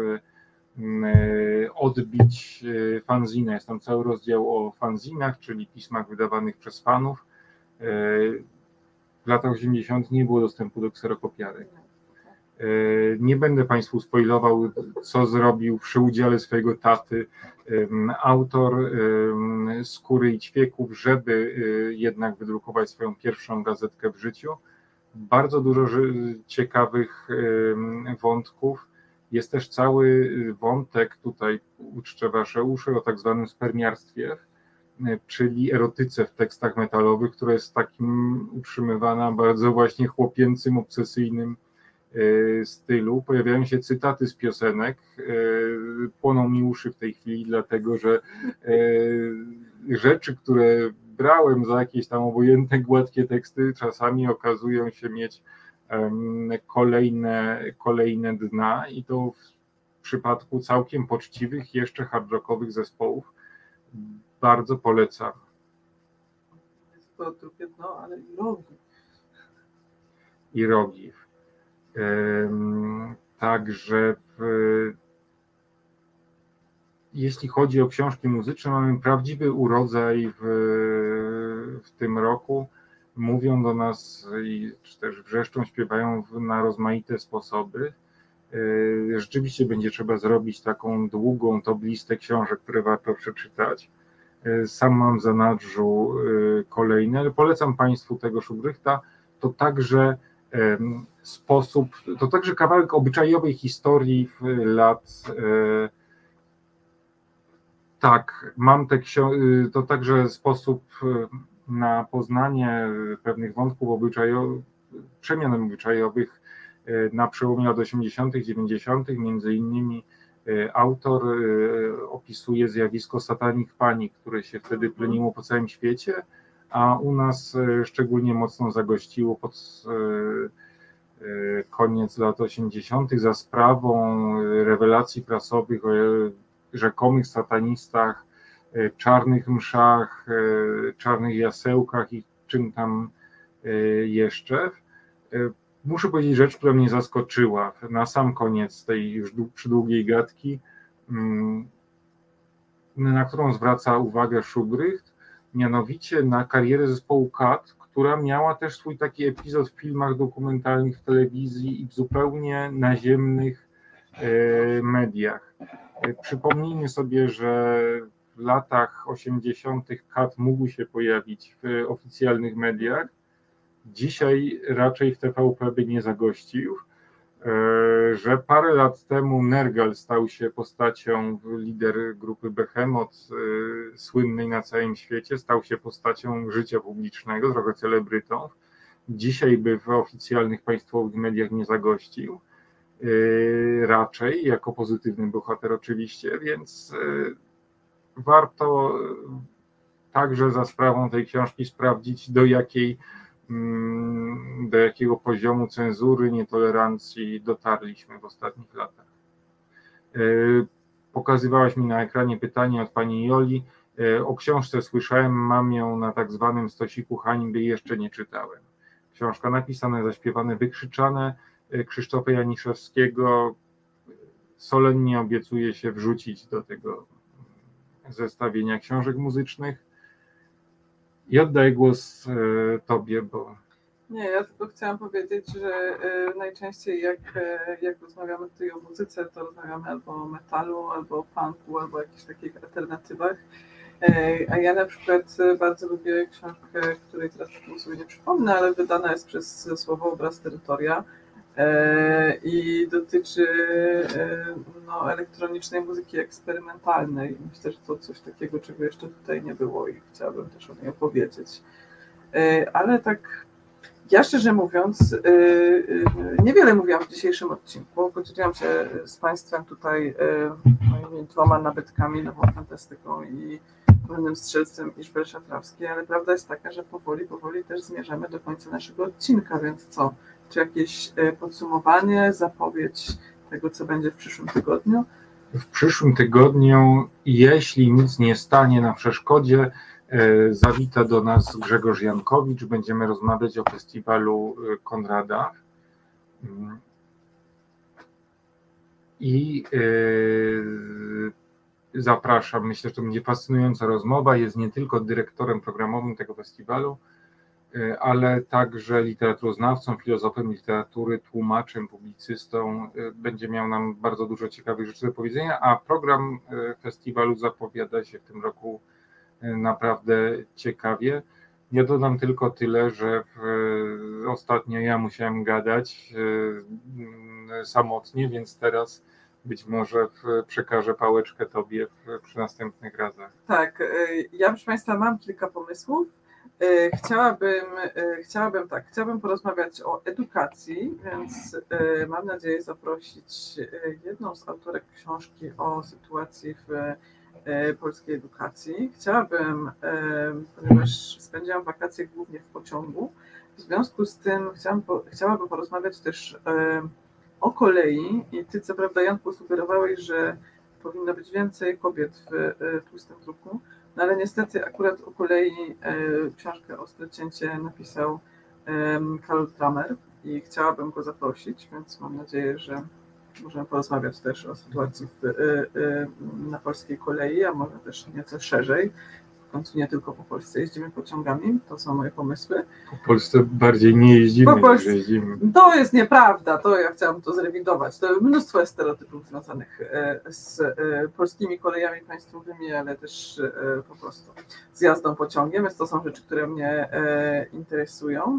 odbić fanzina. Jest tam cały rozdział o fanzinach, czyli pismach wydawanych przez fanów. W latach 80. nie było dostępu do kserokopiarek. Nie będę Państwu spoilował, co zrobił przy udziale swojego taty autor Skóry i ćwieków, żeby jednak wydrukować swoją pierwszą gazetkę w życiu. Bardzo dużo ciekawych wątków. Jest też cały wątek, tutaj uczczę Wasze uszy, o tak zwanym spermiarstwie, czyli erotyce w tekstach metalowych, która jest takim utrzymywana bardzo właśnie chłopięcym, obsesyjnym stylu. Pojawiają się cytaty z piosenek. Płoną mi uszy w tej chwili, dlatego że rzeczy, które brałem za jakieś tam obojętne, gładkie teksty, czasami okazują się mieć kolejne dna, i to w przypadku całkiem poczciwych, jeszcze hard rockowych zespołów. Bardzo polecam. Jest to drugie dno, ale i rogi. I rogi. Także jeśli chodzi o książki muzyczne, mamy prawdziwy urodzaj w tym roku. Mówią do nas czy też wrzeszczą, śpiewają na rozmaite sposoby. Rzeczywiście będzie trzeba zrobić taką długą top listę książek, które warto przeczytać. Sam mam w zanadrzu kolejne, ale polecam Państwu tego Szubrychta. To także kawałek obyczajowej historii lat. Tak, mam te to także sposób na poznanie pewnych wątków przemian obyczajowych na przełomie lat 80., 90. Między innymi autor opisuje zjawisko Satanic Panic, które się wtedy pleniło po całym świecie, a u nas szczególnie mocno zagościło pod koniec lat 80. za sprawą rewelacji prasowych o rzekomych satanistach, czarnych mszach, czarnych jasełkach i czym tam jeszcze. Muszę powiedzieć rzecz, która mnie zaskoczyła na sam koniec tej już przydługiej gadki, na którą zwraca uwagę Szubrycht, mianowicie na karierę zespołu KAT, która miała też swój taki epizod w filmach dokumentalnych, w telewizji i w zupełnie naziemnych mediach. Przypomnijmy sobie, że w latach 80. KAT mógł się pojawić w oficjalnych mediach. Dzisiaj raczej w TVP by nie zagościł, że parę lat temu Nergal stał się postacią, lider grupy Behemoth, słynnej na całym świecie, stał się postacią życia publicznego, trochę celebrytą. Dzisiaj by w oficjalnych państwowych mediach nie zagościł, raczej jako pozytywny bohater oczywiście, więc warto także za sprawą tej książki sprawdzić, do jakiego poziomu cenzury, nietolerancji dotarliśmy w ostatnich latach. Pokazywałaś mi na ekranie pytanie od pani Joli. O książce słyszałem, mam ją na tak zwanym stosiku hańby i jeszcze nie czytałem. Książka napisane, zaśpiewane, wykrzyczane Krzysztofa Janiszewskiego. Solennie obiecuję się wrzucić do tego zestawienia książek muzycznych. I oddaję głos Tobie, bo... Nie, ja tylko chciałam powiedzieć, że najczęściej jak rozmawiamy tutaj o muzyce, to rozmawiamy albo o metalu, albo o punku, albo o jakichś takich alternatywach. A ja na przykład bardzo lubię książkę, której teraz sobie nie przypomnę, ale wydana jest przez Słowoobraz Terytoria i dotyczy elektronicznej muzyki eksperymentalnej. Myślę, że to coś takiego, czego jeszcze tutaj nie było i chciałabym też o niej opowiedzieć. Ale tak, ja szczerze mówiąc, niewiele mówiłam w dzisiejszym odcinku. Podzieliłam się z Państwem tutaj moimi dwoma nabytkami, Nową Fantastyką i Wolnym Strzelcem i Szbel Szafrawskiej, ale prawda jest taka, że powoli też zmierzamy do końca naszego odcinka, więc co? Czy jakieś podsumowanie, zapowiedź tego, co będzie w przyszłym tygodniu? W przyszłym tygodniu, jeśli nic nie stanie na przeszkodzie, zawita do nas Grzegorz Jankowicz. Będziemy rozmawiać o festiwalu Konrada. I zapraszam. Myślę, że to będzie fascynująca rozmowa. Jest nie tylko dyrektorem programowym tego festiwalu, ale także literaturoznawcą, filozofem literatury, tłumaczem, publicystą. Będzie miał nam bardzo dużo ciekawych rzeczy do powiedzenia, a program festiwalu zapowiada się w tym roku naprawdę ciekawie. Ja dodam tylko tyle, że ostatnio ja musiałem gadać samotnie, więc teraz być może przekażę pałeczkę tobie przy następnych razach. Tak, ja proszę Państwa mam kilka pomysłów. Chciałabym porozmawiać o edukacji, więc mam nadzieję zaprosić jedną z autorek książki o sytuacji w polskiej edukacji. Ponieważ spędziłam wakacje głównie w pociągu, w związku z tym chciałabym porozmawiać też o kolei i ty co prawda, Janku, sugerowałeś, że powinno być więcej kobiet w tłustym druku, no ale niestety akurat o kolei książkę Ostre cięcie napisał Karol Tramer i chciałabym go zaprosić, więc mam nadzieję, że możemy porozmawiać też o sytuacji na polskiej kolei, a może też nieco szerzej. W końcu nie tylko po Polsce jeździmy pociągami, to są moje pomysły. Po Polsce bardziej nie jeździmy, niż jeździmy. To jest nieprawda, to ja chciałam to zrewidować. To mnóstwo jest stereotypów związanych z polskimi kolejami państwowymi, ale też po prostu z jazdą pociągiem, więc to są rzeczy, które mnie interesują.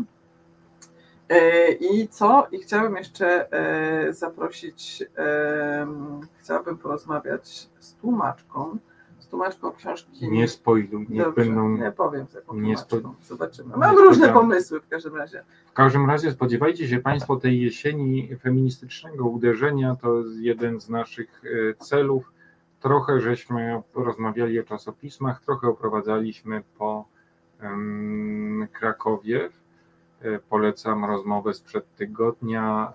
I chciałabym jeszcze zaprosić, chciałabym porozmawiać z tłumaczką książki. Nie spoiluj, nie będą. Nie powiem, z jaką tłumaczką. Zobaczymy. Mam różne pomysły w każdym razie. W każdym razie spodziewajcie się Państwo tej jesieni feministycznego uderzenia, to jest jeden z naszych celów. Trochę żeśmy rozmawiali o czasopismach, trochę oprowadzaliśmy po Krakowie. Polecam rozmowę sprzed tygodnia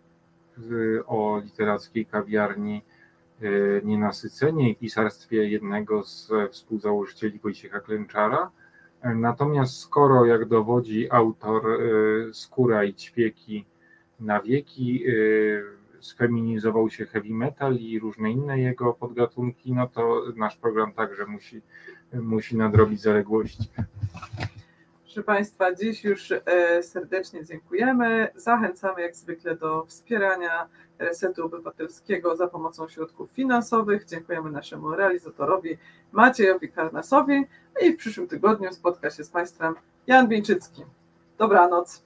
o literackiej kawiarni Nienasycenie i pisarstwie jednego z współzałożycieli Wojciecha Klęczara. Natomiast skoro, jak dowodzi autor, Skóra i ćwieki na wieki sfeminizował się heavy metal i różne inne jego podgatunki, no to nasz program także musi nadrobić zaległości. Proszę Państwa, dziś już serdecznie dziękujemy. Zachęcamy jak zwykle do wspierania Resetu Obywatelskiego za pomocą środków finansowych. Dziękujemy naszemu realizatorowi Maciejowi Karnasowi i w przyszłym tygodniu spotka się z Państwem Jan Wieńczycki. Dobranoc.